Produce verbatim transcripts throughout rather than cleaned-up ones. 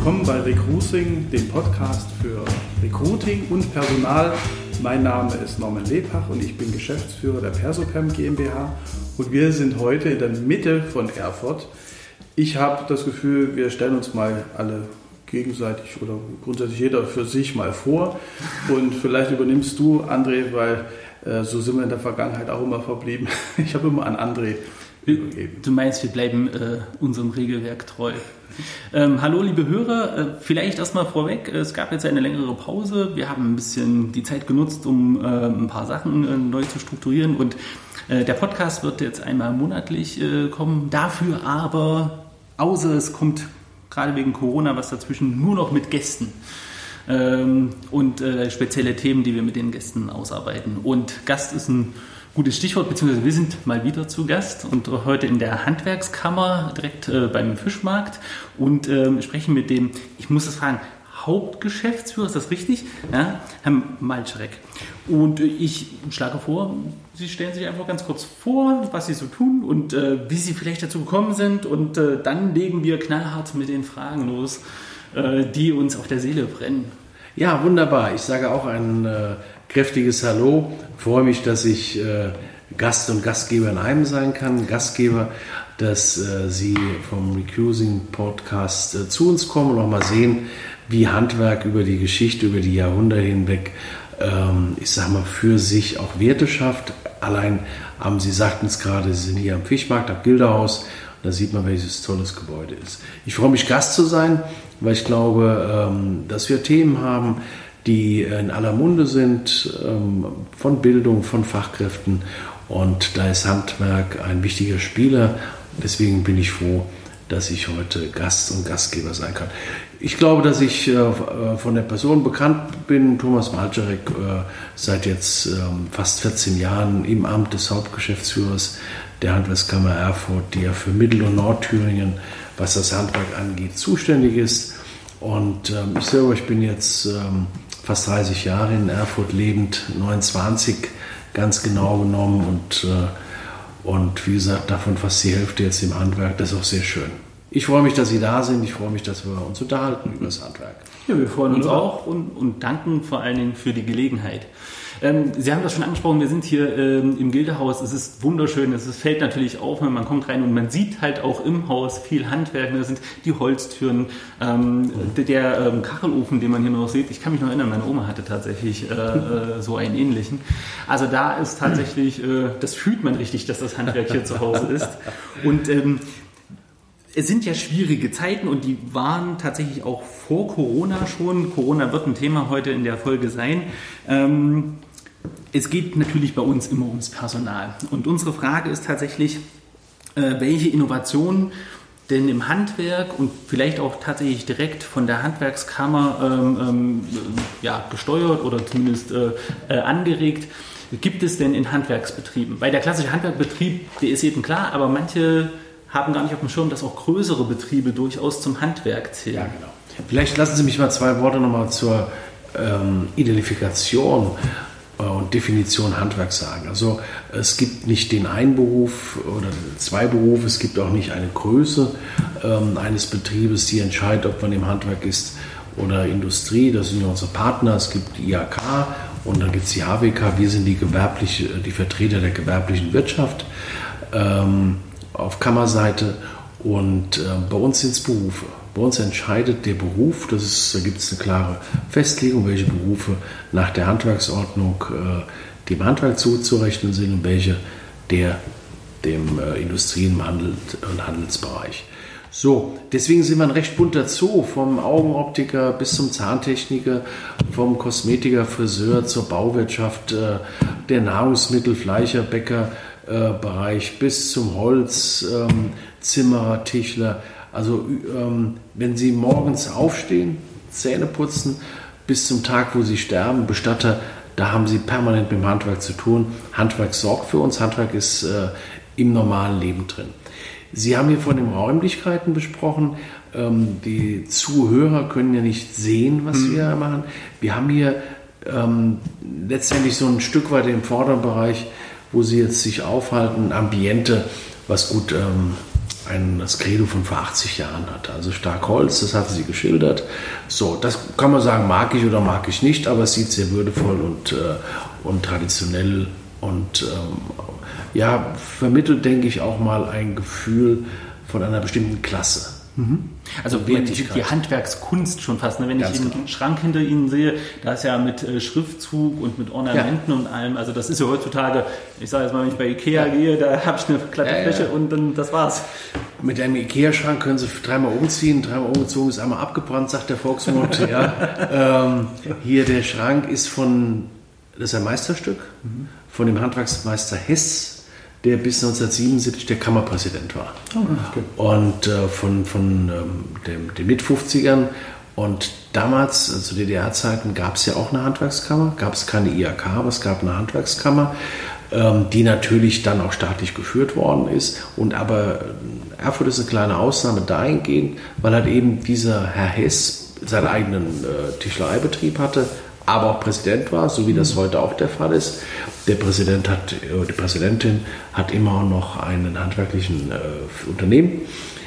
willkommen bei Recruiting, dem Podcast für Recruiting und Personal. Mein Name ist Norman Lepach und ich bin Geschäftsführer der Persopem GmbH und wir sind heute in der Mitte von Erfurt. Ich habe das Gefühl, wir stellen uns mal alle gegenseitig oder grundsätzlich jeder für sich mal vor und vielleicht übernimmst du, André, weil äh, so sind wir in der Vergangenheit auch immer verblieben. Ich habe immer an André übergeben. Du meinst, wir bleiben äh, unserem Regelwerk treu. Ähm, hallo liebe Hörer, äh, vielleicht erstmal vorweg, es gab jetzt eine längere Pause, wir haben ein bisschen die Zeit genutzt, um äh, ein paar Sachen äh, neu zu strukturieren und äh, der Podcast wird jetzt einmal monatlich äh, kommen, dafür aber, außer es kommt gerade wegen Corona was dazwischen, nur noch mit Gästen ähm, und äh, spezielle Themen, die wir mit den Gästen ausarbeiten. Und Gast ist ein gutes Stichwort, beziehungsweise wir sind mal wieder zu Gast und heute in der Handwerkskammer direkt äh, beim Fischmarkt und äh, sprechen mit dem, ich muss das fragen, Hauptgeschäftsführer, ist das richtig? Ja, Herr Malczarek. Und äh, ich schlage vor, Sie stellen sich einfach ganz kurz vor, was Sie so tun und äh, wie Sie vielleicht dazu gekommen sind und äh, dann legen wir knallhart mit den Fragen los, äh, die uns auf der Seele brennen. Ja, wunderbar. Ich sage auch ein äh, kräftiges Hallo. Ich freue mich, dass ich äh, Gast und Gastgeber in einem sein kann. Gastgeber, dass äh, Sie vom Recruiting Podcast äh, zu uns kommen und auch mal sehen, wie Handwerk über die Geschichte, über die Jahrhunderte hinweg, ähm, ich sage mal, für sich auch Werte schafft. Allein, ähm, Sie sagten es gerade, Sie sind hier am Fischmarkt, am Gilderhaus. Da sieht man, welches tolles Gebäude ist. Ich freue mich, Gast zu sein, weil ich glaube, ähm, dass wir Themen haben, die in aller Munde sind, ähm, von Bildung, von Fachkräften. Und da ist Handwerk ein wichtiger Spieler. Deswegen bin ich froh, dass ich heute Gast und Gastgeber sein kann. Ich glaube, dass ich äh, von der Person bekannt bin. Thomas Malczarek, äh, seit jetzt ähm, fast vierzehn Jahren im Amt des Hauptgeschäftsführers der Handwerkskammer Erfurt, die ja für Mittel- und Nordthüringen, was das Handwerk angeht, zuständig ist. Und ähm, ich selber, ich bin jetzt ähm, fast dreißig Jahre in Erfurt lebend, neunundzwanzig ganz genau genommen und, äh, und wie gesagt, davon fast die Hälfte jetzt im Handwerk. Das ist auch sehr schön. Ich freue mich, dass Sie da sind. Ich freue mich, dass wir uns unterhalten über das Handwerk. Ja, wir freuen uns auch und, und danken vor allen Dingen für die Gelegenheit. Ähm, Sie haben das schon angesprochen, wir sind hier ähm, im Gilderhaus. Es ist wunderschön, es ist, fällt natürlich auf, wenn man kommt rein und man sieht halt auch im Haus viel Handwerk. Da sind die Holztüren, ähm, mhm. der, der ähm, Kachelofen, den man hier noch sieht. Ich kann mich noch erinnern, meine Oma hatte tatsächlich äh, äh, so einen ähnlichen. Also da ist tatsächlich, äh, das fühlt man richtig, dass das Handwerk hier zu Hause ist. Und ähm, es sind ja schwierige Zeiten und die waren tatsächlich auch vor Corona schon. Corona wird ein Thema heute in der Folge sein. Ähm, es geht natürlich bei uns immer ums Personal. Und unsere Frage ist tatsächlich, äh, welche Innovationen denn im Handwerk und vielleicht auch tatsächlich direkt von der Handwerkskammer ähm, ähm, ja, gesteuert oder zumindest äh, äh, angeregt, gibt es denn in Handwerksbetrieben? Weil der klassische Handwerkbetrieb, der ist jedem klar, aber manche haben gar nicht auf dem Schirm, dass auch größere Betriebe durchaus zum Handwerk zählen. Ja, genau. Vielleicht lassen Sie mich mal zwei Worte nochmal zur ähm, Identifikation äh, und Definition Handwerk sagen. Also es gibt nicht den einen Beruf oder zwei Berufe, es gibt auch nicht eine Größe ähm, eines Betriebes, die entscheidet, ob man im Handwerk ist oder Industrie. Das sind ja unsere Partner. Es gibt die I H K und dann gibt es die H W K. Wir sind die, gewerbliche, die Vertreter der gewerblichen Wirtschaft. Ähm, auf Kammerseite und äh, bei uns sind es Berufe. Bei uns entscheidet der Beruf, das ist, da gibt es eine klare Festlegung, welche Berufe nach der Handwerksordnung äh, dem Handwerk zuzurechnen sind und welche der dem äh, Industrie- und, Handel, und Handelsbereich. So, deswegen sind wir ein recht bunter Zoo, vom Augenoptiker bis zum Zahntechniker, vom Kosmetiker, Friseur zur Bauwirtschaft, äh, der Nahrungsmittel, Fleischer, Bäcker, Bereich bis zum Holz, ähm, Zimmerer, Tischler. Also ähm, wenn Sie morgens aufstehen, Zähne putzen, bis zum Tag, wo Sie sterben, Bestatter, da haben Sie permanent mit dem Handwerk zu tun. Handwerk sorgt für uns, Handwerk ist äh, im normalen Leben drin. Sie haben hier von den Räumlichkeiten besprochen. Ähm, die Zuhörer können ja nicht sehen, was mhm. wir machen. Wir haben hier ähm, letztendlich so ein Stück weit im vorderen Bereich, wo Sie jetzt sich aufhalten, ein Ambiente, was gut ähm, ein, das Credo von vor achtzig Jahren hatte. Also stark Holz, das hatte sie geschildert. So, das kann man sagen, mag ich oder mag ich nicht, aber es sieht sehr würdevoll und, äh, und traditionell und ähm, ja, vermittelt, denke ich, auch mal ein Gefühl von einer bestimmten Klasse. Also die, die Handwerkskunst schon fast. Ne? Wenn Ganz ich den genau. Schrank hinter Ihnen sehe, da ist ja mit äh, Schriftzug und mit Ornamenten ja. und allem, also das ist ja heutzutage, ich sage jetzt mal, wenn ich bei Ikea ja. gehe, da habe ich eine glatte ja, Fläche ja. und dann das war's. Mit einem Ikea-Schrank können Sie dreimal umziehen, dreimal umgezogen ist einmal abgebrannt, sagt der Volksmund. ja. ähm, hier der Schrank ist von, das ist ein Meisterstück, mhm. von dem Handwerksmeister Hess, der bis neunzehnhundertsiebenundsiebzig der Kammerpräsident war. Oh, okay. Und äh, von, von ähm, dem, den Mit-fünfzigern. Und damals, zu also D D R-Zeiten, gab es ja auch eine Handwerkskammer. Gab es keine I H K, aber es gab eine Handwerkskammer, ähm, die natürlich dann auch staatlich geführt worden ist. Und aber Erfurt ist eine kleine Ausnahme dahingehend, weil halt eben dieser Herr Hess seinen eigenen äh, Tischlereibetrieb hatte, aber auch Präsident war, so wie das heute auch der Fall ist. Der Präsident hat, die Präsidentin hat immer noch einen handwerklichen äh, Unternehmen.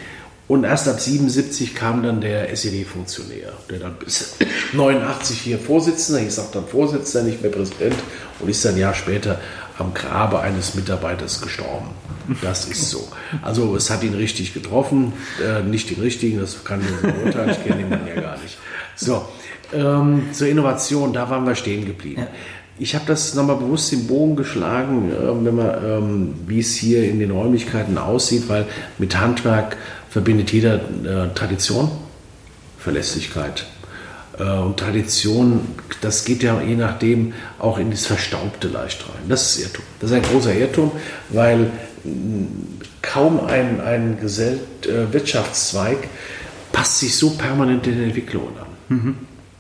Und erst ab siebenundsiebzig kam dann der S E D-Funktionär, der dann bis neunundachtzig hier Vorsitzender, ich sage dann Vorsitzender, nicht mehr Präsident, und ist dann ein Jahr später am Grabe eines Mitarbeiters gestorben. Das ist so. Also es hat ihn richtig getroffen, äh, nicht den richtigen, das kann ich nicht beurteilen, ich kenne den Mann ja gar nicht. So. Ähm, zur Innovation, da waren wir stehen geblieben. Ja. Ich habe das nochmal bewusst den Bogen geschlagen, äh, wenn man, ähm, wie es hier in den Räumlichkeiten aussieht, weil mit Handwerk verbindet jeder äh, Tradition, Verlässlichkeit. Äh, und Tradition, das geht ja je nachdem auch in das Verstaubte leicht rein. Das ist Irrtum. Das ist ein großer Irrtum, weil mh, kaum ein, ein Gesell- äh, Wirtschaftszweig passt sich so permanent den Entwicklungen an. Mhm.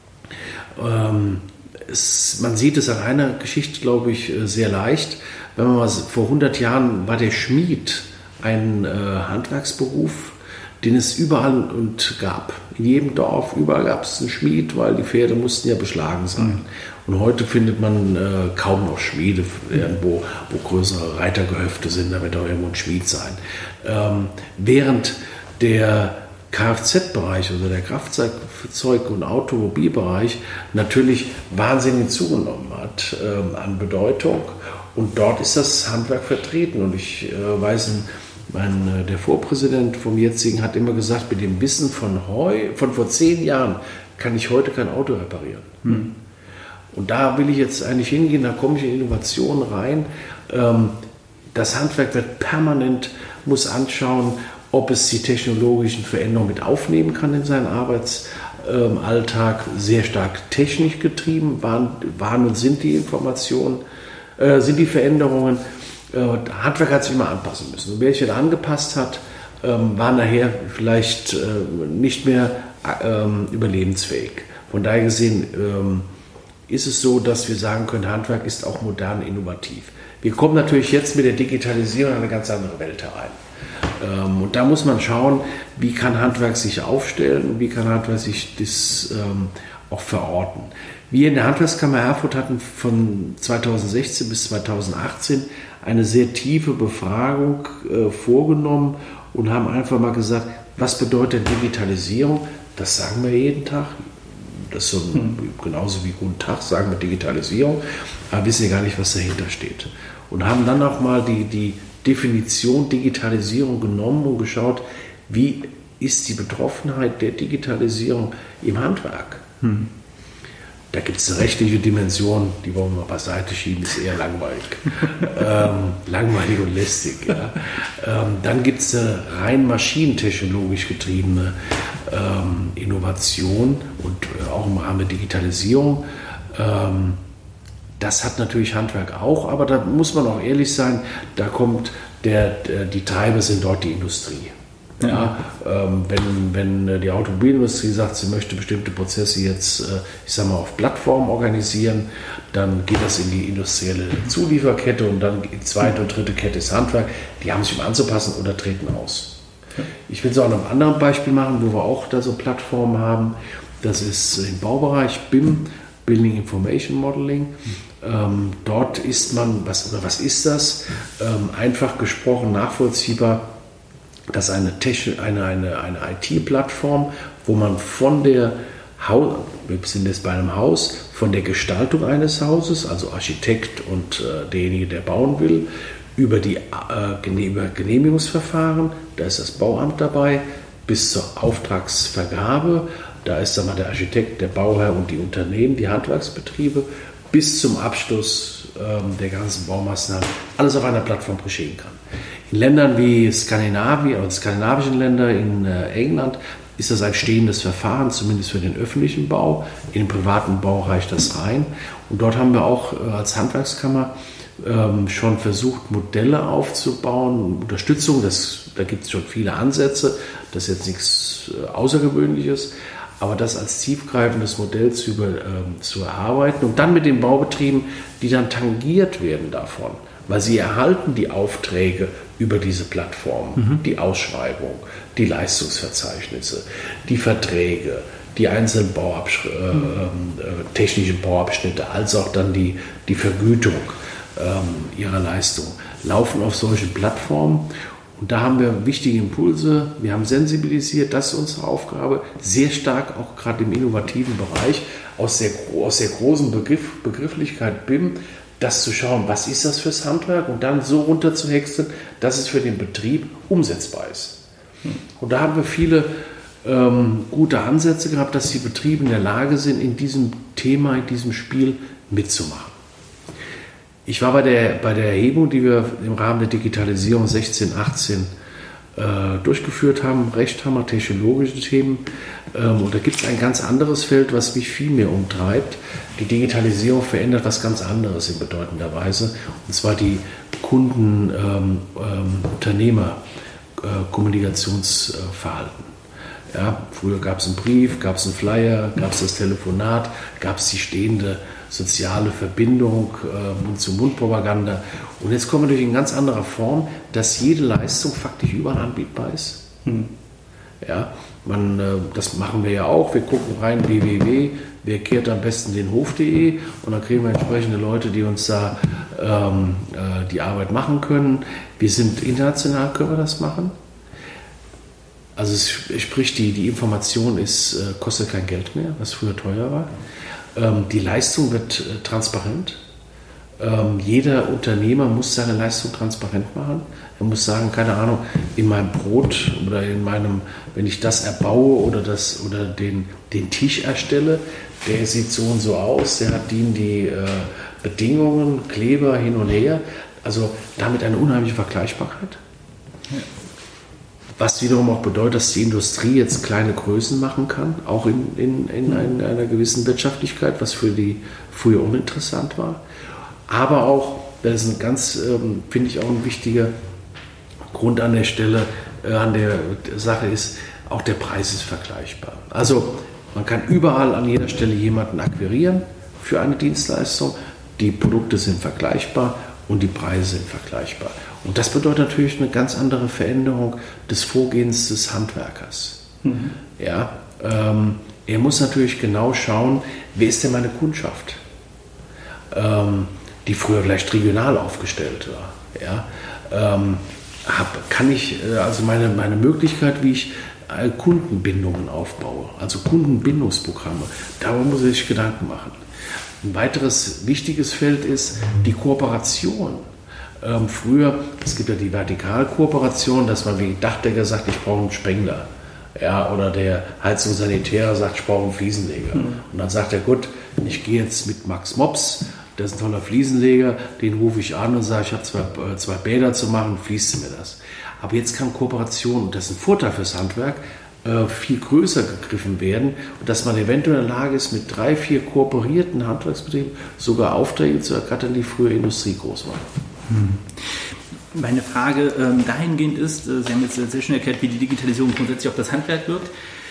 Ähm, es, man sieht es an einer Geschichte, glaube ich, sehr leicht. Wenn man mal, vor hundert Jahren war der Schmied ein äh, Handwerksberuf, den es überall und gab. In jedem Dorf, überall gab es einen Schmied, weil die Pferde mussten ja beschlagen sein. Mhm. Und heute findet man äh, kaum noch Schmiede, irgendwo, wo größere Reitergehöfte sind, da wird auch irgendwo ein Schmied sein. Ähm, während der Kfz-Bereich, also der Kraftfahrzeug- und Automobilbereich, natürlich wahnsinnig zugenommen hat ähm, an Bedeutung. Und dort ist das Handwerk vertreten. Und ich äh, weiß, mein, der Vorpräsident vom jetzigen hat immer gesagt, mit dem Wissen von, heu, von vor zehn Jahren kann ich heute kein Auto reparieren. Hm. Und da will ich jetzt eigentlich hingehen, da komme ich in Innovation rein. Ähm, das Handwerk wird permanent, muss anschauen, ob es die technologischen Veränderungen mit aufnehmen kann in seinen Arbeitsalltag. Sehr stark technisch getrieben waren, waren und sind die Informationen, äh, sind die Veränderungen. Äh, Handwerk hat sich immer anpassen müssen. Und wer sich dann angepasst hat, ähm, war nachher vielleicht äh, nicht mehr ähm, überlebensfähig. Von daher gesehen ähm, ist es so, dass wir sagen können, Handwerk ist auch modern innovativ. Wir kommen natürlich jetzt mit der Digitalisierung in eine ganz andere Welt herein. Und da muss man schauen, wie kann Handwerk sich aufstellen und wie kann Handwerk sich das ähm, auch verorten. Wir in der Handwerkskammer Erfurt hatten von zweitausendsechzehn bis zweitausendachtzehn eine sehr tiefe Befragung äh, vorgenommen und haben einfach mal gesagt, was bedeutet Digitalisierung? Das sagen wir jeden Tag. Das ist so ein, genauso wie Guten Tag, sagen wir Digitalisierung, aber wissen ja gar nicht, was dahinter steht. Und haben dann auch mal die, die Definition Digitalisierung genommen und geschaut, wie ist die Betroffenheit der Digitalisierung im Handwerk. Hm. Da gibt es eine rechtliche Dimension, die wollen wir mal beiseite schieben, ist eher langweilig. ähm, langweilig und lästig. Ja. Ähm, dann gibt es eine rein maschinentechnologisch getriebene ähm, Innovation und äh, auch im Rahmen der Digitalisierung. Ähm, Das hat natürlich Handwerk auch, aber da muss man auch ehrlich sein, da kommt der, der die Treiber sind dort die Industrie. Ja. Ja, ähm, wenn, wenn die Automobilindustrie sagt, sie möchte bestimmte Prozesse jetzt, äh, ich sag mal, auf Plattformen organisieren, dann geht das in die industrielle Zulieferkette und dann die zweite und dritte Kette ist Handwerk. Die haben sich um anzupassen oder treten aus. Ja. Ich will es auch noch ein anderes Beispiel machen, wo wir auch da so Plattformen haben. Das ist im Baubereich B I M, Building Information Modeling. Ähm, dort ist man, was, oder was ist das? Ähm, einfach gesprochen, nachvollziehbar, Das ist eine, Techn- eine, eine, eine I T-Plattform, wo man von der Haus, wir sind jetzt bei einem Haus, von der Gestaltung eines Hauses, also Architekt und äh, derjenige, der bauen will, über die äh, über Genehmigungsverfahren, da ist das Bauamt dabei, bis zur Auftragsvergabe, da ist dann mal der Architekt, der Bauherr und die Unternehmen, die Handwerksbetriebe, bis zum Abschluss ähm, der ganzen Baumaßnahmen, alles auf einer Plattform geschehen kann. In Ländern wie Skandinavien oder skandinavischen Länder in äh, England ist das ein stehendes Verfahren, zumindest für den öffentlichen Bau. In den privaten Bau reicht das rein. Und dort haben wir auch äh, als Handwerkskammer ähm, schon versucht, Modelle aufzubauen, Unterstützung. Das, da gibt es schon viele Ansätze. Das ist jetzt nichts äh, Außergewöhnliches. Aber das als tiefgreifendes Modell zu, über, ähm, zu erarbeiten und dann mit den Baubetrieben, die dann tangiert werden davon. Weil sie erhalten die Aufträge über diese Plattform, mhm. die Ausschreibung, die Leistungsverzeichnisse, die Verträge, die einzelnen Bauabsch- äh, äh, technischen Bauabschnitte, als auch dann die, die Vergütung äh, ihrer Leistung, laufen auf solchen Plattformen. Und da haben wir wichtige Impulse, wir haben sensibilisiert, das ist unsere Aufgabe, sehr stark auch gerade im innovativen Bereich, aus der, aus der großen Begriff, Begrifflichkeit B I M, das zu schauen, was ist das fürs Handwerk und dann so runterzuhäckseln, dass es für den Betrieb umsetzbar ist. Und da haben wir viele ähm, gute Ansätze gehabt, dass die Betriebe in der Lage sind, in diesem Thema, in diesem Spiel mitzumachen. Ich war bei der, bei der Erhebung, die wir im Rahmen der Digitalisierung sechzehn, achtzehn äh, durchgeführt haben, Rechthammer, technologische Themen. Ähm, und da gibt es ein ganz anderes Feld, was mich viel mehr umtreibt. Die Digitalisierung verändert was ganz anderes in bedeutender Weise, und zwar die Kunden-, ähm, ähm, Unternehmer-, äh, Kommunikationsverhalten. Ja, früher gab es einen Brief, gab es einen Flyer, gab es das Telefonat, gab es die stehende soziale Verbindung, äh, Mund-zu-Mund-Propaganda. Und jetzt kommen wir durch in ganz anderer Form, dass jede Leistung faktisch überall anbietbar ist. Hm. Ja, man, äh, das machen wir ja auch. Wir gucken rein w w w punkt wer kehrt am besten den Hof punkt de und dann kriegen wir entsprechende Leute, die uns da ähm, äh, die Arbeit machen können. Wir sind international, können wir das machen. Also es, sprich, die, die Information ist, äh, kostet kein Geld mehr, was früher teuer war. Ähm, die Leistung wird äh, transparent. Ähm, jeder Unternehmer muss seine Leistung transparent machen. Er muss sagen, keine Ahnung, in meinem Brot oder in meinem, wenn ich das erbaue oder, das, oder den, den Tisch erstelle, der sieht so und so aus, der hat die, die äh, Bedingungen, Kleber hin und her. Also damit eine unheimliche Vergleichbarkeit. Ja. Was wiederum auch bedeutet, dass die Industrie jetzt kleine Größen machen kann, auch in, in, in einer, einer gewissen Wirtschaftlichkeit, was für die früher uninteressant war. Aber auch, das ist ein ganz, ähm, finde ich auch ein wichtiger Grund an der Stelle, äh, an der Sache ist, auch der Preis ist vergleichbar. Also man kann überall an jeder Stelle jemanden akquirieren für eine Dienstleistung. Die Produkte sind vergleichbar und die Preise sind vergleichbar. Und das bedeutet natürlich eine ganz andere Veränderung des Vorgehens des Handwerkers. Mhm. Ja, ähm, er muss natürlich genau schauen, wer ist denn meine Kundschaft, ähm, die früher vielleicht regional aufgestellt war. Ja, ähm, hab, kann ich äh, also meine, meine Möglichkeit, wie ich äh, Kundenbindungen aufbaue, also Kundenbindungsprogramme, darüber muss ich sich Gedanken machen. Ein weiteres wichtiges Feld ist die Kooperation. Ähm, früher, es gibt ja die Vertikalkooperation, dass man wie Dachdecker sagt, ich brauche einen Spengler. Ja, oder der Heizungsanitärer sagt, ich brauche einen Fliesenleger. Mhm. Und dann sagt er, gut, ich gehe jetzt mit Max Mops, der ist ein toller Fliesenleger, den rufe ich an und sage, ich habe zwei, äh, zwei Bäder zu machen, fließt mir das. Aber jetzt kann Kooperation, und das ist ein Vorteil fürs Handwerk, äh, viel größer gegriffen werden und dass man eventuell in der Lage ist, mit drei, vier kooperierten Handwerksbetrieben sogar Aufträge zu ergattern, die früher Industrie groß waren. Hm. Meine Frage ähm, dahingehend ist, äh, Sie haben jetzt sehr schön erklärt, wie die Digitalisierung grundsätzlich auf das Handwerk wirkt.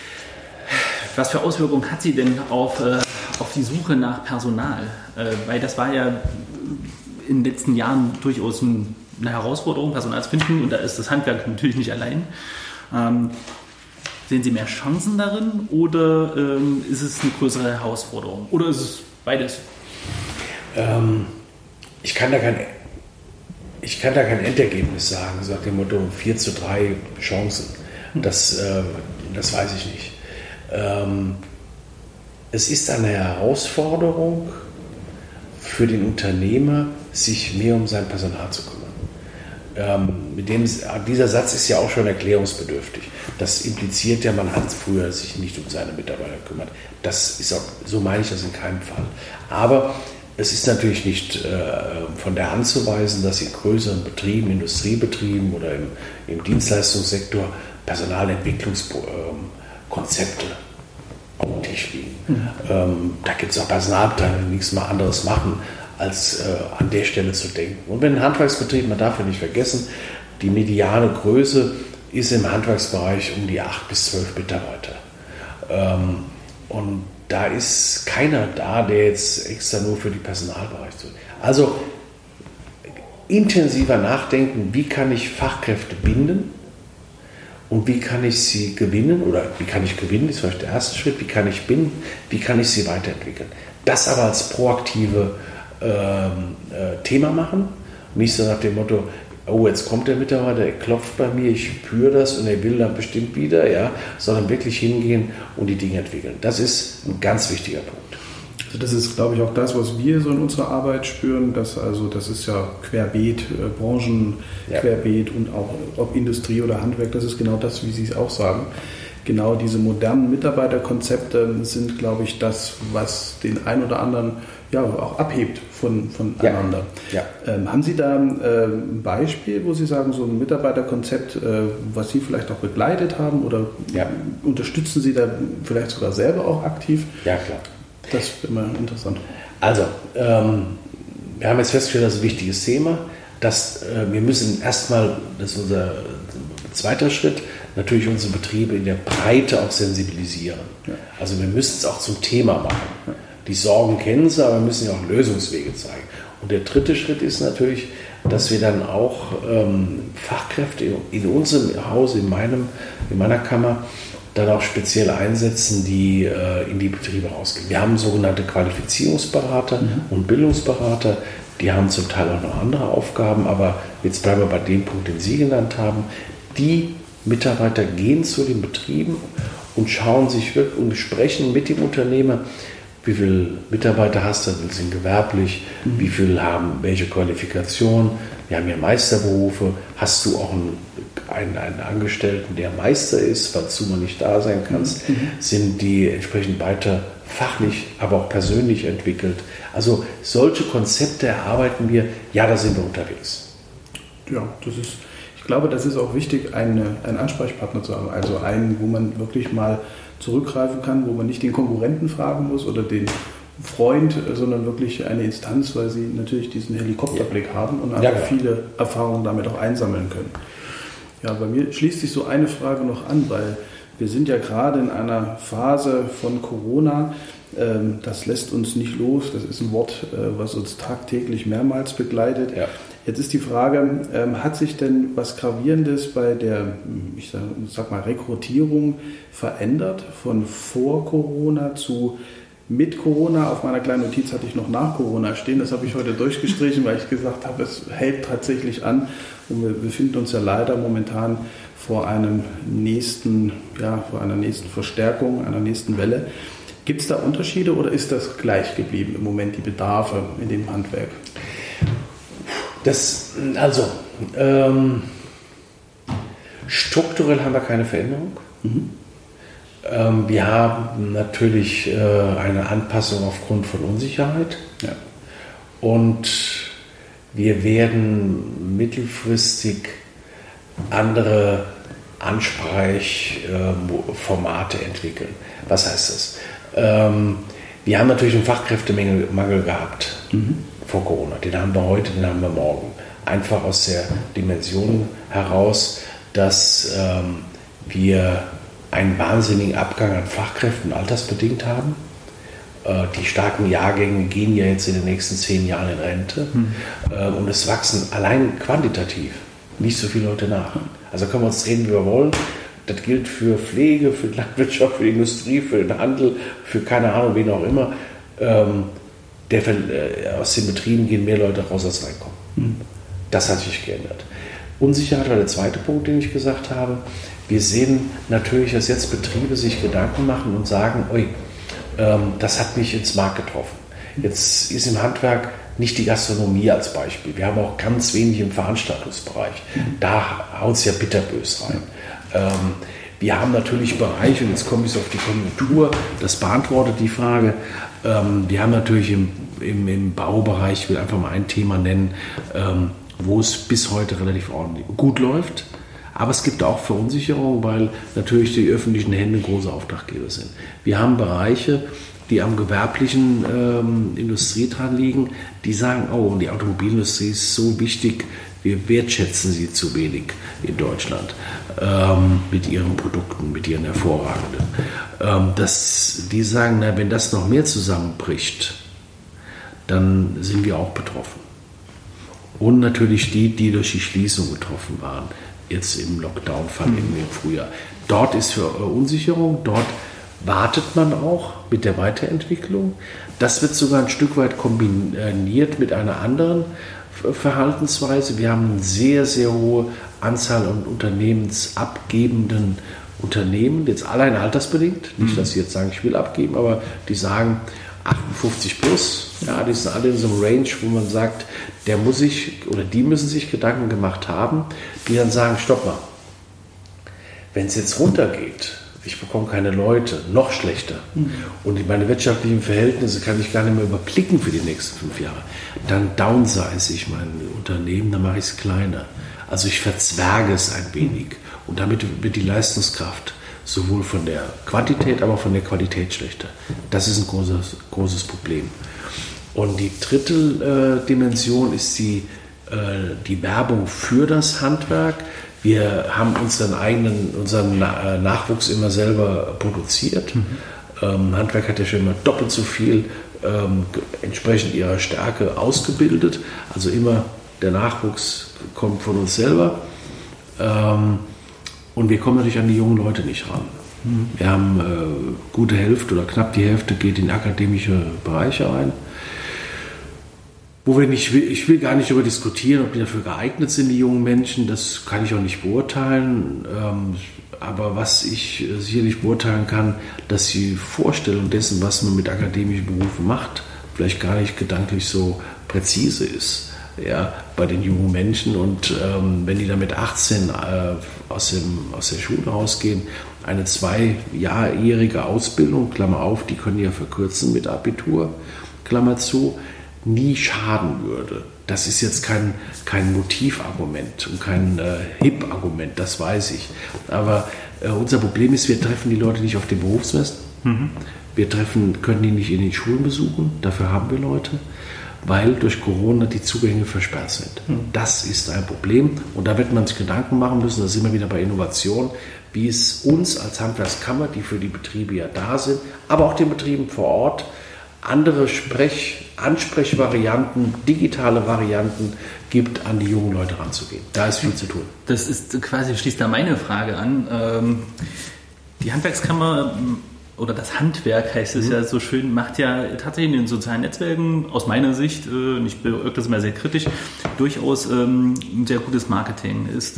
Was für Auswirkungen hat sie denn auf, äh, auf die Suche nach Personal? Äh, weil das war ja in den letzten Jahren durchaus ein, eine Herausforderung, Personal zu finden, und da ist das Handwerk natürlich nicht allein. Ähm, sehen Sie mehr Chancen darin oder ähm, ist es eine größere Herausforderung? Oder ist es beides? Ähm, ich kann da kein ich kann da kein Endergebnis sagen, so nach dem Motto vier zu drei Chancen. Das, äh, das weiß ich nicht. Ähm, es ist eine Herausforderung für den Unternehmer, sich mehr um sein Personal zu kümmern. Ähm, mit dem, dieser Satz ist ja auch schon erklärungsbedürftig. Das impliziert ja, man hat früher sich nicht um seine Mitarbeiter gekümmert. Das ist auch, so meine ich das in keinem Fall. Aber es ist natürlich nicht äh, von der Hand zu weisen, dass in größeren Betrieben, Industriebetrieben oder im, im Dienstleistungssektor Personalentwicklungskonzepte auf dem Tisch liegen. Mhm. Ähm, da gibt es auch Personalabteilungen, die nichts mal anderes machen, als äh, an der Stelle zu denken. Und wenn ein Handwerksbetrieb, man darf ja nicht vergessen, die mediane Größe ist im Handwerksbereich um die acht bis zwölf Mitarbeiter. Ähm, und da ist keiner da, der jetzt extra nur für die Personalbereich tut. Also intensiver nachdenken, wie kann ich Fachkräfte binden und wie kann ich sie gewinnen, oder wie kann ich gewinnen, ist vielleicht der erste Schritt, wie kann ich binden, wie kann ich sie weiterentwickeln. Das aber als proaktive ähm, äh, Thema machen, nicht so nach dem Motto, oh, jetzt kommt der Mitarbeiter, er klopft bei mir, ich spüre das und er will dann bestimmt wieder, ja, sondern wirklich hingehen und die Dinge entwickeln. Das ist ein ganz wichtiger Punkt. Also das ist, glaube ich, auch das, was wir so in unserer Arbeit spüren, dass also das ist ja querbeet, äh, Branchen ja. querbeet und auch ob Industrie oder Handwerk, das ist genau das, wie Sie es auch sagen. Genau diese modernen Mitarbeiterkonzepte sind, glaube ich, das, was den einen oder anderen ja auch abhebt von, voneinander. Ja. Ja. Ähm, haben Sie da äh, ein Beispiel, wo Sie sagen, so ein Mitarbeiterkonzept, äh, was Sie vielleicht auch begleitet haben oder ja. unterstützen Sie da vielleicht sogar selber auch aktiv? Ja, klar. Das ist immer interessant. Also, ähm, wir haben jetzt festgestellt, das ist ein wichtiges Thema, dass äh, wir müssen erstmal, das ist unser zweiter Schritt, natürlich unsere Betriebe in der Breite auch sensibilisieren. Ja. Also wir müssen es auch zum Thema machen. Ja. Die Sorgen kennen sie, aber wir müssen ja auch Lösungswege zeigen. Und der dritte Schritt ist natürlich, dass wir dann auch ähm, Fachkräfte in, in unserem Haus, in, meinem, in meiner Kammer, dann auch speziell einsetzen, die äh, in die Betriebe rausgehen. Wir haben sogenannte Qualifizierungsberater mhm. und Bildungsberater, die haben zum Teil auch noch andere Aufgaben, aber jetzt bleiben wir bei dem Punkt, den Sie genannt haben. Die Mitarbeiter gehen zu den Betrieben und schauen sich wirklich und sprechen mit dem Unternehmer, wie viele Mitarbeiter hast du, wie sind gewerblich, mhm. wie viele haben welche Qualifikation. Wir haben ja Meisterberufe. Hast du auch einen, einen, einen Angestellten, der Meister ist, falls du mal nicht da sein kannst, mhm. sind die entsprechend weiter fachlich, aber auch persönlich entwickelt. Also solche Konzepte erarbeiten wir, ja, da sind wir unterwegs. Ja, das ist, ich glaube, das ist auch wichtig, eine, einen Ansprechpartner zu haben, also einen, wo man wirklich mal zurückgreifen kann, wo man nicht den Konkurrenten fragen muss oder den Freund, sondern wirklich eine Instanz, weil sie natürlich diesen Helikopterblick ja. haben und einfach ja, viele Erfahrungen damit auch einsammeln können. Ja, bei mir schließt sich so eine Frage noch an, weil wir sind ja gerade in einer Phase von Corona, das lässt uns nicht los, das ist ein Wort, was uns tagtäglich mehrmals begleitet. Ja. Jetzt ist die Frage, hat sich denn was Gravierendes bei der, ich sag, sag mal, Rekrutierung verändert von vor Corona zu mit Corona? Auf meiner kleinen Notiz hatte ich noch nach Corona stehen, das habe ich heute durchgestrichen, weil ich gesagt habe, es hält tatsächlich an und wir befinden uns ja leider momentan vor einem nächsten, ja, vor einer nächsten Verstärkung, einer nächsten Welle. Gibt es da Unterschiede oder ist das gleich geblieben im Moment, die Bedarfe in dem Handwerk? Das, also, ähm, strukturell haben wir keine Veränderung. Mhm. Ähm, wir haben natürlich äh, eine Anpassung aufgrund von Unsicherheit. Ja. Und wir werden mittelfristig andere Ansprechformate äh, entwickeln. Was heißt das? Ähm, wir haben natürlich einen Fachkräftemangel gehabt. Mhm. vor Corona. Den haben wir heute, den haben wir morgen. Einfach aus der Dimension heraus, dass ähm, wir einen wahnsinnigen Abgang an Fachkräften altersbedingt haben. Äh, die starken Jahrgänge gehen ja jetzt in den nächsten zehn Jahren in Rente. Mhm. Äh, und es wachsen allein quantitativ nicht so viele Leute nach. Also können wir uns reden, wie wir wollen. Das gilt für Pflege, für die Landwirtschaft, für die Industrie, für den Handel, für keine Ahnung, wen auch immer. Ähm, Der, aus den Betrieben gehen mehr Leute raus, als reinkommen. Mhm. Das hat sich geändert. Unsicherheit war der zweite Punkt, den ich gesagt habe. Wir sehen natürlich, dass jetzt Betriebe sich Gedanken machen und sagen, ui, ähm, das hat mich ins Mark getroffen. Jetzt ist im Handwerk nicht die Gastronomie als Beispiel. Wir haben auch ganz wenig im Veranstaltungsbereich. Da haut es ja bitterbös rein. Ähm, wir haben natürlich Bereiche, und jetzt komme ich auf die Konjunktur, das beantwortet die Frage. Ähm, wir haben natürlich im, im, im Baubereich, ich will einfach mal ein Thema nennen, ähm, wo es bis heute relativ ordentlich gut läuft. Aber es gibt auch Verunsicherung, weil natürlich die öffentlichen Hände große Auftraggeber sind. Wir haben Bereiche, die am gewerblichen ähm, Industrie dran liegen, die sagen, oh, die Automobilindustrie ist so wichtig, wir wertschätzen sie zu wenig in Deutschland ähm, mit ihren Produkten, mit ihren hervorragenden. Ähm, dass die sagen, na, wenn das noch mehr zusammenbricht, dann sind wir auch betroffen. Und natürlich die, die durch die Schließung getroffen waren, jetzt im Lockdown-Fall mhm. im Frühjahr. Dort ist für Unsicherung, dort wartet man auch mit der Weiterentwicklung. Das wird sogar ein Stück weit kombiniert mit einer anderen Verhaltensweise. Wir haben eine sehr, sehr hohe Anzahl an unternehmensabgebenden Unternehmen, jetzt allein altersbedingt. Nicht, dass sie jetzt sagen, ich will abgeben, aber die sagen achtundfünfzig plus. Ja, die sind alle in so einem Range, wo man sagt, der muss sich oder die müssen sich Gedanken gemacht haben, die dann sagen, stopp mal, wenn es jetzt runtergeht, ich bekomme keine Leute, noch schlechter. Mhm. Und meine wirtschaftlichen Verhältnisse kann ich gar nicht mehr überblicken für die nächsten fünf Jahre. Dann downsize ich mein Unternehmen, dann mache ich es kleiner. Also ich verzwerge es ein wenig. Und damit wird die Leistungskraft sowohl von der Quantität, aber auch von der Qualität schlechter. Das ist ein großes, großes Problem. Und die dritte äh, Dimension ist die, äh, die Werbung für das Handwerk. Wir haben unseren eigenen, unseren Nachwuchs immer selber produziert. Mhm. Ähm, Handwerk hat ja schon immer doppelt so viel ähm, entsprechend ihrer Stärke ausgebildet. Also immer der Nachwuchs kommt von uns selber. Ähm, und wir kommen natürlich an die jungen Leute nicht ran. Mhm. Wir haben äh, gute Hälfte oder knapp die Hälfte geht in akademische Bereiche rein. Wo wir nicht, ich will gar nicht darüber diskutieren, ob die dafür geeignet sind, die jungen Menschen. Das kann ich auch nicht beurteilen. Aber was ich sicherlich beurteilen kann, dass die Vorstellung dessen, was man mit akademischen Berufen macht, vielleicht gar nicht gedanklich so präzise ist, ja, bei den jungen Menschen. Und ähm, wenn die dann mit achtzehn äh, aus, dem, aus der Schule rausgehen, eine zweijährige Ausbildung, Klammer auf, die können die ja verkürzen mit Abitur, Klammer zu, nie schaden würde. Das ist jetzt kein, kein Motivargument und kein äh, Hip-Argument, das weiß ich. Aber äh, unser Problem ist, wir treffen die Leute nicht auf den Berufsmessen. Mhm. Wir treffen, können die nicht in den Schulen besuchen, dafür haben wir Leute, weil durch Corona die Zugänge versperrt sind. Mhm. Das ist ein Problem und da wird man sich Gedanken machen müssen, da sind wir wieder bei Innovation, wie es uns als Handwerkskammer, die für die Betriebe ja da sind, aber auch den Betrieben vor Ort, andere Sprech, Ansprechvarianten, digitale Varianten gibt, an die jungen Leute ranzugehen. Da ist viel zu tun. Das ist quasi, schließt da meine Frage an. Die Handwerkskammer oder das Handwerk heißt es mhm. ja so schön, macht ja tatsächlich in den sozialen Netzwerken aus meiner Sicht, ich beurteile das immer sehr kritisch, durchaus ein sehr gutes Marketing. Ist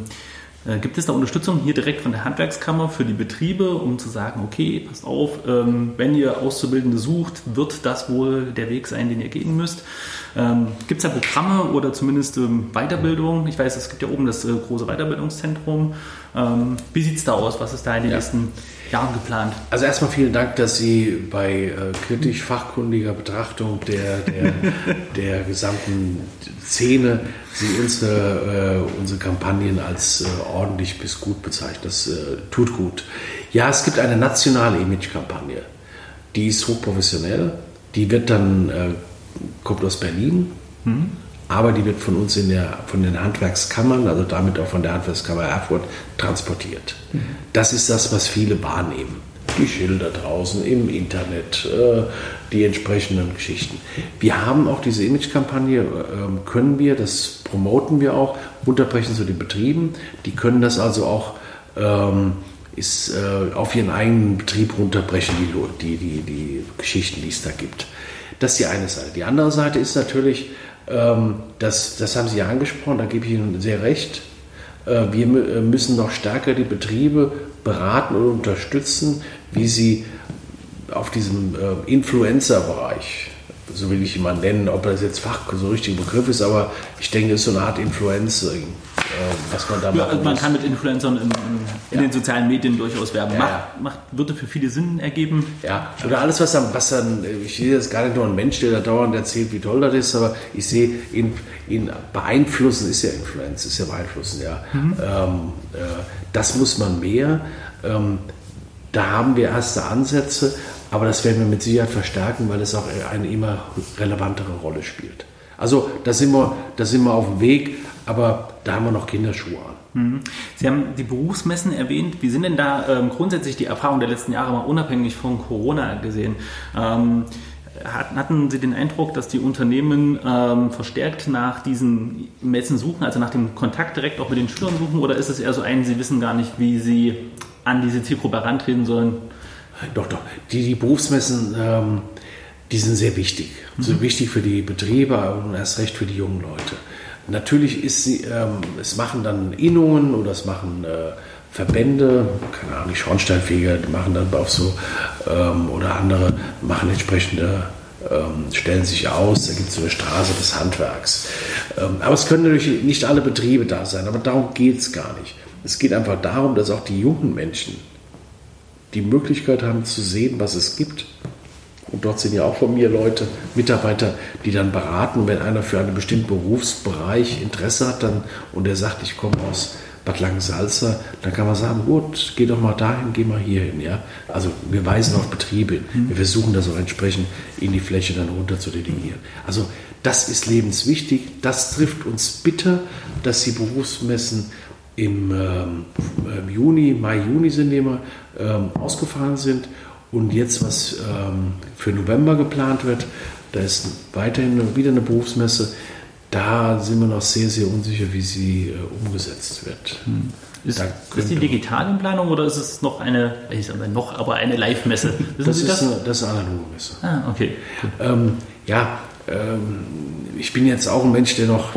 Gibt es da Unterstützung hier direkt von der Handwerkskammer für die Betriebe, um zu sagen, okay, passt auf, ähm, wenn ihr Auszubildende sucht, wird das wohl der Weg sein, den ihr gehen müsst? Ähm, gibt es da Programme oder zumindest ähm, Weiterbildung? Ich weiß, es gibt ja oben das äh, große Weiterbildungszentrum. Ähm, wie sieht es da aus? Was ist da in den ja. nächsten Jahren geplant? Also erstmal vielen Dank, dass Sie bei äh, kritisch fachkundiger Betrachtung der, der, der gesamten Szene Sie unsere, äh, unsere Kampagnen als äh, ordentlich bis gut bezeichnen. Das äh, tut gut. Ja, es gibt eine nationale Image-Kampagne. Die ist hochprofessionell. Die wird dann, äh, kommt aus Berlin, mhm. aber die wird von uns in der, von den Handwerkskammern, also damit auch von der Handwerkskammer Erfurt, transportiert. Mhm. Das ist das, was viele wahrnehmen. Die Schilder draußen, im Internet, äh, die entsprechenden Geschichten. Wir haben auch diese Image-Kampagne, äh, können wir, das promoten wir auch, unterbrechen zu den Betrieben. Die können das also auch ähm, ist, äh, auf ihren eigenen Betrieb runterbrechen, die, die, die, die Geschichten, die es da gibt. Das ist die eine Seite. Die andere Seite ist natürlich, ähm, das, das haben Sie ja angesprochen, da gebe ich Ihnen sehr recht. Äh, wir m- müssen noch stärker die Betriebe beraten und unterstützen, wie sie auf diesem äh, Influencer-Bereich, so will ich ihn mal nennen, ob das jetzt Fach so richtig Begriff ist, aber ich denke, es ist so eine Art Influencing, äh, was man da ja, machen also man muss. kann mit Influencern in, in, in Ja. den sozialen Medien durchaus werben. Ja, macht, ja. macht, würde für viele Sinn ergeben. Ja, oder alles, was dann, was dann, ich sehe jetzt gar nicht nur ein Mensch, der da dauernd erzählt, wie toll das ist, aber ich sehe, ihn, ihn beeinflussen ist ja Influenz, ist ja beeinflussen, ja. Mhm. Ähm, äh, das muss man mehr. Ähm, da haben wir erste Ansätze, aber das werden wir mit Sicherheit verstärken, weil es auch eine immer relevantere Rolle spielt. Also da sind wir, da sind wir auf dem Weg, aber da haben wir noch Kinderschuhe an. Sie haben die Berufsmessen erwähnt. Wie sind denn da ähm, grundsätzlich die Erfahrungen der letzten Jahre mal unabhängig von Corona gesehen? Ähm, hatten Sie den Eindruck, dass die Unternehmen ähm, verstärkt nach diesen Messen suchen, also nach dem Kontakt direkt auch mit den Schülern suchen, oder ist es eher so ein, Sie wissen gar nicht, wie Sie an diese Zielgruppe herantreten sollen? Doch, doch. Die, die Berufsmessen, ähm, die sind sehr wichtig. Mhm. Sind wichtig für die Betriebe und erst recht für die jungen Leute. Natürlich ist sie, ähm, es machen dann Innungen oder es machen äh, Verbände, keine Ahnung, die Schornsteinfeger, die machen dann auch so, ähm, oder andere machen entsprechende, ähm, stellen sich aus, da gibt es so eine Straße des Handwerks. Ähm, aber es können natürlich nicht alle Betriebe da sein, aber darum geht es gar nicht. Es geht einfach darum, dass auch die jungen Menschen die Möglichkeit haben zu sehen, was es gibt. Und dort sind ja auch von mir Leute, Mitarbeiter, die dann beraten, wenn einer für einen bestimmten Berufsbereich Interesse hat dann, und der sagt, ich komme aus Bad Langensalza, dann kann man sagen, gut, geh doch mal dahin, geh mal hier hin. Ja? Also wir weisen auf Betriebe hin. Wir versuchen das auch entsprechend in die Fläche dann runter zu delegieren. Also das ist lebenswichtig. Das trifft uns bitter, dass die Berufsmessen im ähm, Juni, Mai, Juni sind die immer ähm, ausgefallen sind. Und jetzt, was ähm, für November geplant wird, da ist weiterhin wieder eine Berufsmesse. Da sind wir noch sehr, sehr unsicher, wie sie äh, umgesetzt wird. Hm. Ist, ist die digital in Planung oder ist es noch eine, ich sage noch, aber eine Live-Messe? Das ist, das? Eine, das ist eine analoge Messe. Ah, okay. Ähm, ja, ähm, ich bin jetzt auch ein Mensch, der noch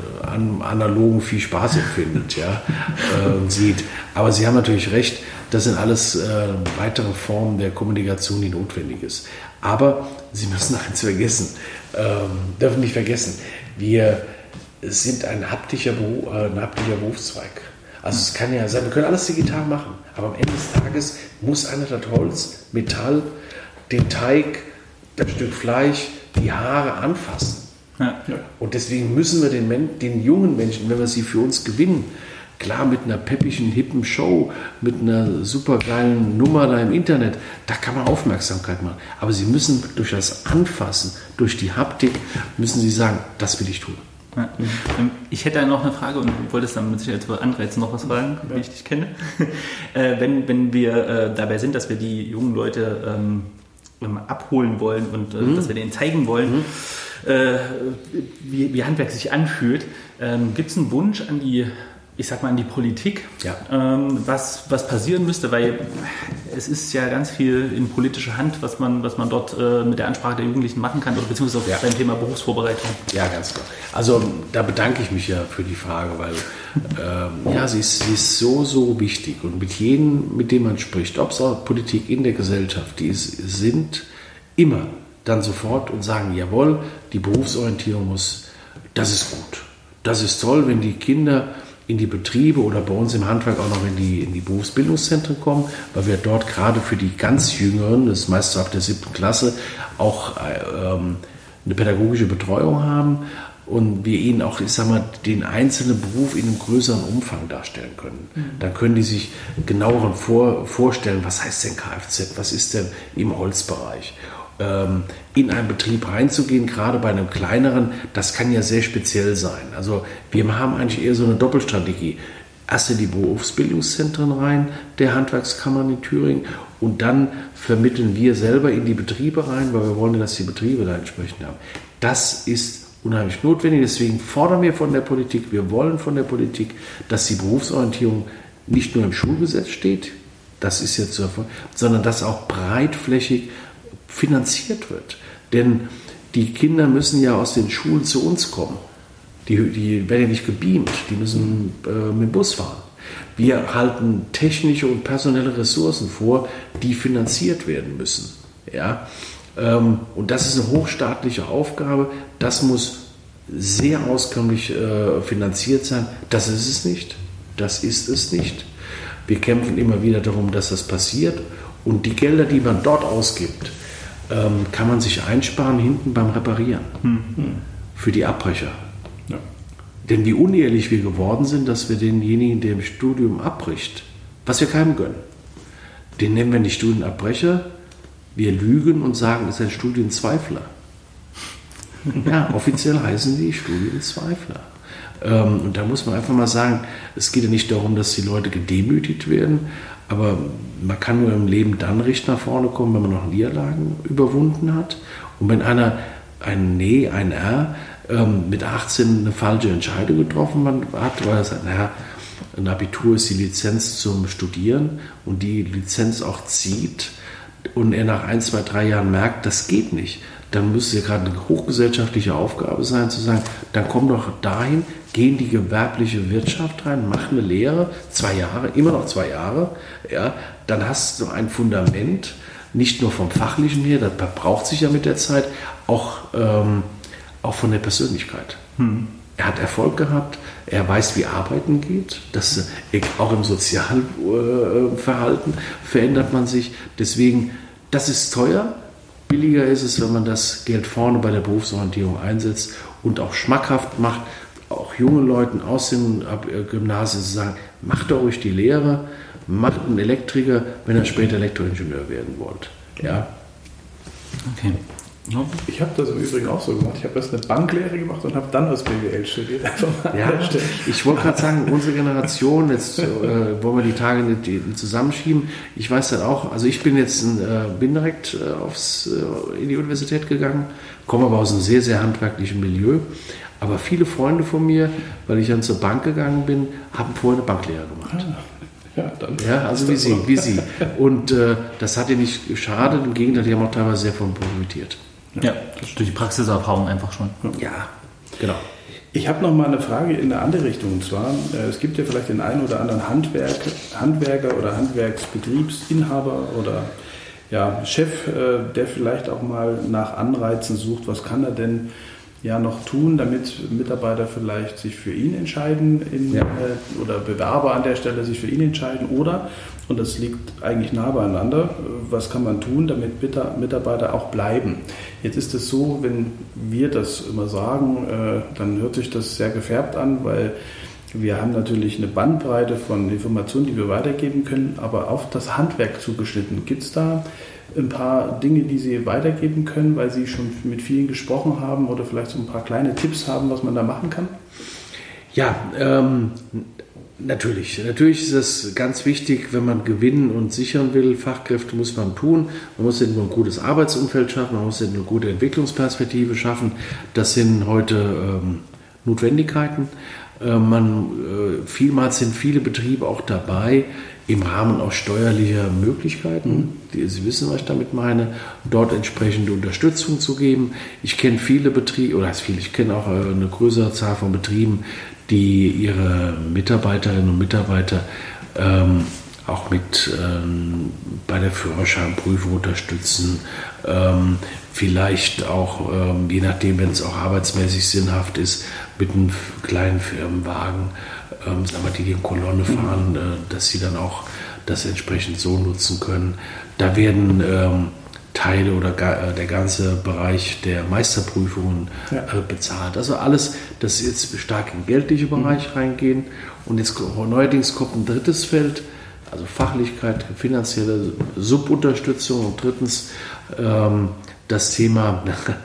an analogen viel Spaß empfindet, ja, äh, sieht. Aber Sie haben natürlich recht, das sind alles äh, weitere Formen der Kommunikation, die notwendig ist. Aber Sie müssen eins vergessen, ähm, dürfen nicht vergessen, wir sind ein haptischer, Beruf, äh, ein haptischer Berufszweig. Also es kann ja sein, wir können alles digital machen, aber am Ende des Tages muss einer das Holz, Metall, den Teig, das Stück Fleisch, die Haare anfassen. Ja. Und deswegen müssen wir den, Men- den jungen Menschen, wenn wir sie für uns gewinnen, klar mit einer peppigen, hippen Show, mit einer supergeilen Nummer da im Internet, da kann man Aufmerksamkeit machen. Aber sie müssen durch das Anfassen, durch die Haptik, müssen sie sagen, das will ich tun. Ja. Ich hätte noch eine Frage und wollte es dann mit Sicherheit zu anreizen, noch was fragen, ja. Wie ich dich kenne. wenn, wenn wir äh, dabei sind, dass wir die jungen Leute ähm, abholen wollen und äh, mhm. dass wir denen zeigen wollen, mhm. äh, wie, wie Handwerk sich anfühlt, ähm, gibt es einen Wunsch an die, ich sag mal, an die Politik, ja. ähm, was, was passieren müsste, weil es ist ja ganz viel in politischer Hand, was man, was man dort äh, mit der Ansprache der Jugendlichen machen kann, oder beziehungsweise auch ja. beim Thema Berufsvorbereitung. Ja, ganz klar. Also da bedanke ich mich ja für die Frage, weil ähm, ja, sie ist, sie ist so, so wichtig. Und mit jedem, mit dem man spricht, ob es auch Politik in der Gesellschaft, die ist, sind immer dann sofort und sagen, jawohl, die Berufsorientierung muss, das ist gut. Das ist toll, wenn die Kinder in die Betriebe oder bei uns im Handwerk auch noch in die, in die Berufsbildungszentren kommen, weil wir dort gerade für die ganz Jüngeren, das meist ab der siebten Klasse, auch ähm, eine pädagogische Betreuung haben und wir ihnen auch, ich sag mal, den einzelnen Beruf in einem größeren Umfang darstellen können. Mhm. Dann können die sich genauer vor, vorstellen, was heißt denn Kfz, was ist denn im Holzbereich. In einen Betrieb reinzugehen, gerade bei einem kleineren, das kann ja sehr speziell sein. Also wir haben eigentlich eher so eine Doppelstrategie. Erst in die Berufsbildungszentren rein, der Handwerkskammern in Thüringen, und dann vermitteln wir selber in die Betriebe rein, weil wir wollen, dass die Betriebe da entsprechend haben. Das ist unheimlich notwendig, deswegen fordern wir von der Politik, wir wollen von der Politik, dass die Berufsorientierung nicht nur im Schulgesetz steht, das ist jetzt so, sondern dass auch breitflächig finanziert wird. Denn Die Kinder müssen ja aus den Schulen zu uns kommen. Die, die werden ja nicht gebeamt, die müssen äh, mit dem Bus fahren. Wir halten technische und personelle Ressourcen vor, die finanziert werden müssen. Ja? Ähm, und das ist eine hochstaatliche Aufgabe. Das muss sehr auskömmlich äh, finanziert sein. Das ist es nicht. Das ist es nicht. Wir kämpfen immer wieder darum, dass das passiert. Und die Gelder, die man dort ausgibt, ähm, kann man sich einsparen hinten beim Reparieren. Hm. Für die Abbrecher. Ja. Denn wie unehrlich wir geworden sind, dass wir denjenigen, der im Studium abbricht, was wir keinem gönnen, den nennen wir nicht Studienabbrecher, wir lügen und sagen, es ist ein Studienzweifler. Ja, offiziell heißen die Studienzweifler. Ähm, und da muss man einfach mal sagen, es geht ja nicht darum, dass die Leute gedemütigt werden, aber man kann nur im Leben dann richtig nach vorne kommen, wenn man noch Niederlagen überwunden hat. Und wenn einer ein Nee, ein R ähm, mit achtzehn eine falsche Entscheidung getroffen hat, weil er sagt, naja, ein Abitur ist die Lizenz zum Studieren und die Lizenz auch zieht und er nach ein, zwei, drei Jahren merkt, das geht nicht, dann müsste es ja gerade eine hochgesellschaftliche Aufgabe sein, zu sagen, dann komm doch dahin, geh in die gewerbliche Wirtschaft rein, mach eine Lehre, zwei Jahre, immer noch zwei Jahre, ja, dann hast du ein Fundament, nicht nur vom Fachlichen her, das braucht sich ja mit der Zeit, auch, ähm, auch von der Persönlichkeit. Hm. Er hat Erfolg gehabt, er weiß, wie Arbeiten geht, das, auch im Sozialverhalten verändert man sich, deswegen, das ist teuer. Billiger ist es, wenn man das Geld vorne bei der Berufsorientierung einsetzt und auch schmackhaft macht, auch junge Leuten aus dem Gymnasium zu sagen, macht doch ruhig die Lehre, macht einen Elektriker, wenn ihr später Elektroingenieur werden wollt. Ja. Okay. Ja. Ich habe das im Übrigen auch so gemacht. Ich habe erst eine Banklehre gemacht und habe dann das B W L studiert. Ja, ich wollte gerade sagen, unsere Generation, jetzt äh, wollen wir die Tage nicht, nicht zusammenschieben. Ich weiß dann auch, also ich bin jetzt äh, bin direkt äh, aufs, äh, in die Universität gegangen, komme aber aus einem sehr, sehr handwerklichen Milieu. Aber viele Freunde von mir, weil ich dann zur Bank gegangen bin, haben vorher eine Banklehre gemacht. Ja, dann ja, also wie Sie, wie Sie. Und äh, das hat ja nicht geschadet, im Gegenteil, die haben auch teilweise sehr von profitiert. Ja, durch die Praxiserfahrung einfach schon. Ja, genau. Ich habe noch mal eine Frage in eine andere Richtung. Und zwar, äh, es gibt ja vielleicht den einen oder anderen Handwerk, Handwerker oder Handwerksbetriebsinhaber oder ja, Chef, äh, der vielleicht auch mal nach Anreizen sucht. Was kann er denn ja noch tun, damit Mitarbeiter vielleicht sich für ihn entscheiden in, ja. äh, oder Bewerber an der Stelle sich für ihn entscheiden oder, und das liegt eigentlich nah beieinander, was kann man tun, damit Mitarbeiter auch bleiben? Jetzt ist es so, wenn wir das immer sagen, äh, dann hört sich das sehr gefärbt an, weil wir haben natürlich eine Bandbreite von Informationen, die wir weitergeben können, aber auf das Handwerk zugeschnitten. Gibt es da ein paar Dinge, die Sie weitergeben können, weil Sie schon mit vielen gesprochen haben oder vielleicht so ein paar kleine Tipps haben, was man da machen kann? Ja, ähm, natürlich. Natürlich ist es ganz wichtig, wenn man gewinnen und sichern will. Fachkräfte muss man tun. Man muss nicht nur ein gutes Arbeitsumfeld schaffen, man muss nicht nur eine gute Entwicklungsperspektive schaffen. Das sind heute ähm, Notwendigkeiten. Äh, man, äh, vielmals sind viele Betriebe auch dabei, im Rahmen auch steuerlicher Möglichkeiten, die, Sie wissen, was ich damit meine, dort entsprechende Unterstützung zu geben. Ich kenne viele Betriebe, oder heißt viele, ich kenne auch eine größere Zahl von Betrieben, die ihre Mitarbeiterinnen und Mitarbeiter ähm, auch mit ähm, bei der Führerscheinprüfung unterstützen, ähm, vielleicht auch, ähm, je nachdem, wenn es auch arbeitsmäßig sinnhaft ist, mit einem kleinen Firmenwagen, ähm, sagen wir, die die in Kolonne fahren, äh, dass sie dann auch das entsprechend so nutzen können. Da werden ähm, Teile oder ga, äh, der ganze Bereich der Meisterprüfungen ja. äh, bezahlt. Also alles, das jetzt stark in geldliche Bereich mhm. reingehen. Und jetzt neuerdings kommt ein drittes Feld, also Fachlichkeit, finanzielle Subunterstützung und drittens ähm, das Thema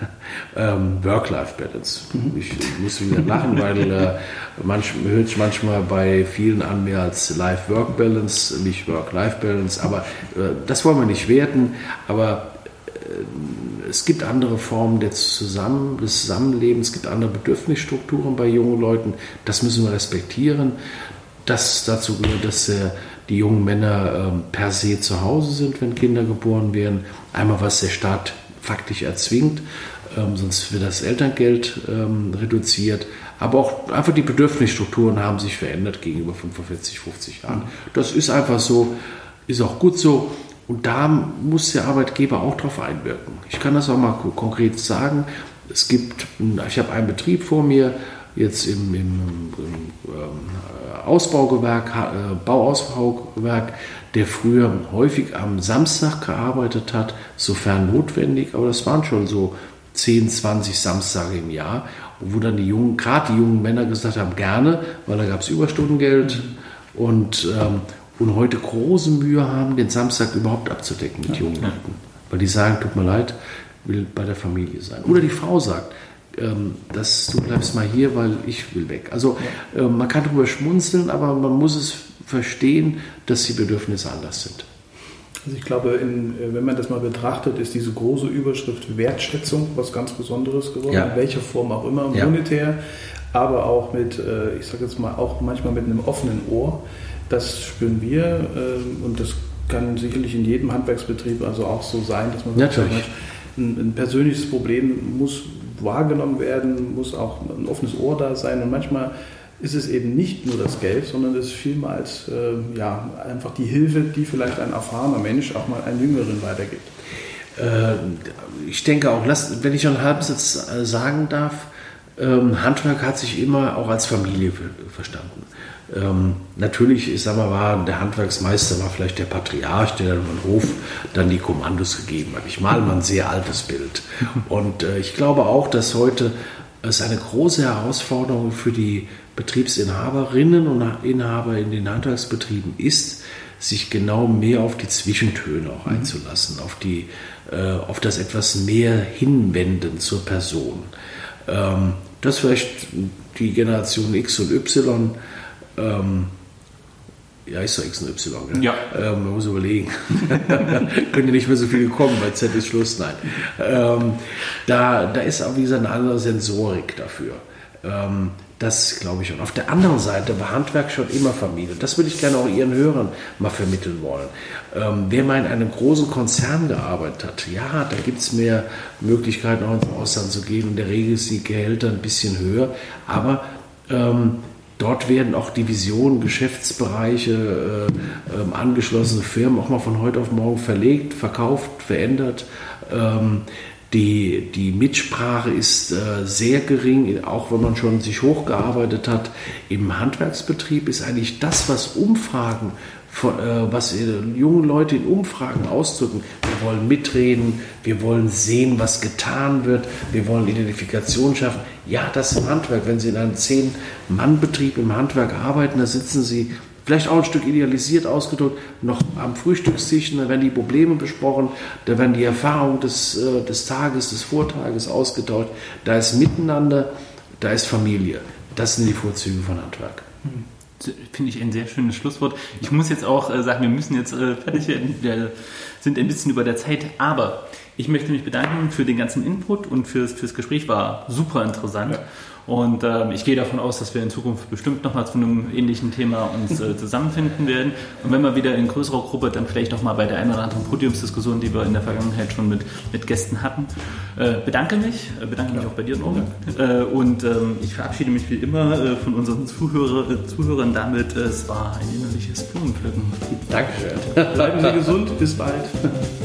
ähm, Work-Life-Balance. Mhm. Ich muss wieder lachen, weil äh, manchmal höre ich manchmal bei vielen an mehr als Life-Work-Balance, nicht Work-Life-Balance, aber äh, das wollen wir nicht werten, aber äh, es gibt andere Formen des, Zusammen-, des Zusammenlebens, es gibt andere Bedürfnisstrukturen bei jungen Leuten, das müssen wir respektieren. Das dazu gehört, dass äh, die jungen Männer äh, per se zu Hause sind, wenn Kinder geboren werden. Einmal, was der Staat faktisch erzwingt, ähm, sonst wird das Elterngeld ähm, reduziert. Aber auch einfach die Bedürfnisstrukturen haben sich verändert gegenüber fünfundvierzig, fünfzig Jahren. Das ist einfach so, ist auch gut so. Und da muss der Arbeitgeber auch drauf einwirken. Ich kann das auch mal konkret sagen. Es gibt, ich habe einen Betrieb vor mir, jetzt im, im, im äh, Ausbaugewerk, äh, Bauausbaugewerk, der früher häufig am Samstag gearbeitet hat, sofern notwendig, aber das waren schon so zehn, zwanzig Samstage im Jahr, wo dann die jungen, gerade die jungen Männer gesagt haben, gerne, weil da gab es Überstundengeld mhm. und, ähm, und heute große Mühe haben, den Samstag überhaupt abzudecken mit ja, jungen Leuten. Ja. Weil die sagen, tut mir leid, will bei der Familie sein. Oder die Frau sagt, ähm, dass du bleibst mal hier, weil ich will weg. Also äh, man kann darüber schmunzeln, aber man muss es verstehen, dass die Bedürfnisse anders sind. Also ich glaube, in, wenn man das mal betrachtet, ist diese große Überschrift Wertschätzung was ganz Besonderes geworden, ja. in welcher Form auch immer, ja. monetär, aber auch mit, ich sage jetzt mal, auch manchmal mit einem offenen Ohr. Das spüren wir und das kann sicherlich in jedem Handwerksbetrieb also auch so sein, dass man sagt, ein, ein persönliches Problem muss wahrgenommen werden, muss auch ein offenes Ohr da sein und manchmal ist es eben nicht nur das Geld, sondern es ist vielmals äh, ja, einfach die Hilfe, die vielleicht ein erfahrener Mensch auch mal einen Jüngeren weitergibt. Äh, ich denke auch, lass, wenn ich einen halben Satz sagen darf, ähm, Handwerk hat sich immer auch als Familie verstanden. Ähm, natürlich, ich sag mal, war der Handwerksmeister war vielleicht der Patriarch, der dann im Hof dann die Kommandos gegeben hat. Ich male mal ein sehr altes Bild. Und äh, ich glaube auch, dass heute es eine große Herausforderung für die Betriebsinhaberinnen und Inhaber in den Handwerksbetrieben ist, sich genau mehr auf die Zwischentöne auch einzulassen, auf, die, äh, auf das etwas mehr Hinwenden zur Person. Ähm, das vielleicht die Generation X und Y, ähm, ja, ist doch X und Y, gell? Ja. Ähm, man muss überlegen. Können ja nicht mehr so viele kommen, bei Z ist Schluss, nein. Ähm, da, da ist auch wieder eine andere Sensorik dafür. Ähm, das glaube ich schon. Auf der anderen Seite war Handwerk schon immer Familie. Das würde ich gerne auch Ihren Hörern mal vermitteln wollen. Ähm, wer mal in einem großen Konzern gearbeitet hat, ja, da gibt es mehr Möglichkeiten, auch ins Ausland zu gehen. In der Regel sind die Gehälter ein bisschen höher, aber ähm, dort werden auch Divisionen, Geschäftsbereiche, äh, äh, angeschlossene Firmen auch mal von heute auf morgen verlegt, verkauft, verändert. Ähm, die, die Mitsprache ist äh, sehr gering, auch wenn man schon sich hochgearbeitet hat. Im Handwerksbetrieb ist eigentlich das, was Umfragen, von, äh, was äh, junge Leute in Umfragen ausdrücken. Wir wollen mitreden, wir wollen sehen, was getan wird, wir wollen Identifikation schaffen. Ja, das ist im Handwerk. Wenn Sie in einem zehn-Mann-Betrieb im Handwerk arbeiten, da sitzen Sie vielleicht auch ein Stück idealisiert ausgedrückt, noch am Frühstückstisch, da werden die Probleme besprochen, da werden die Erfahrungen des, äh, des Tages, des Vortages ausgetauscht. Da ist Miteinander, da ist Familie. Das sind die Vorzüge von Handwerk. Finde ich ein sehr schönes Schlusswort. Ich muss jetzt auch äh, sagen, wir müssen jetzt äh, fertig werden. Wir sind ein bisschen über der Zeit, aber ich möchte mich bedanken für den ganzen Input und fürs, fürs Gespräch. War super interessant. Ja. Und ähm, ich gehe davon aus, dass wir in Zukunft bestimmt nochmal zu einem ähnlichen Thema uns äh, zusammenfinden werden. Und wenn wir wieder in größerer Gruppe, dann vielleicht nochmal bei der einen oder anderen Podiumsdiskussion, die wir in der Vergangenheit schon mit, mit Gästen hatten. Äh, bedanke mich, äh, bedanke mich ja. auch bei dir, Norman. Äh, und ähm, ich verabschiede mich wie immer äh, von unseren Zuhörer, äh, Zuhörern damit. Äh, es war ein innerliches Blumenpflücken. Dankeschön. Bleiben Sie gesund, bis bald.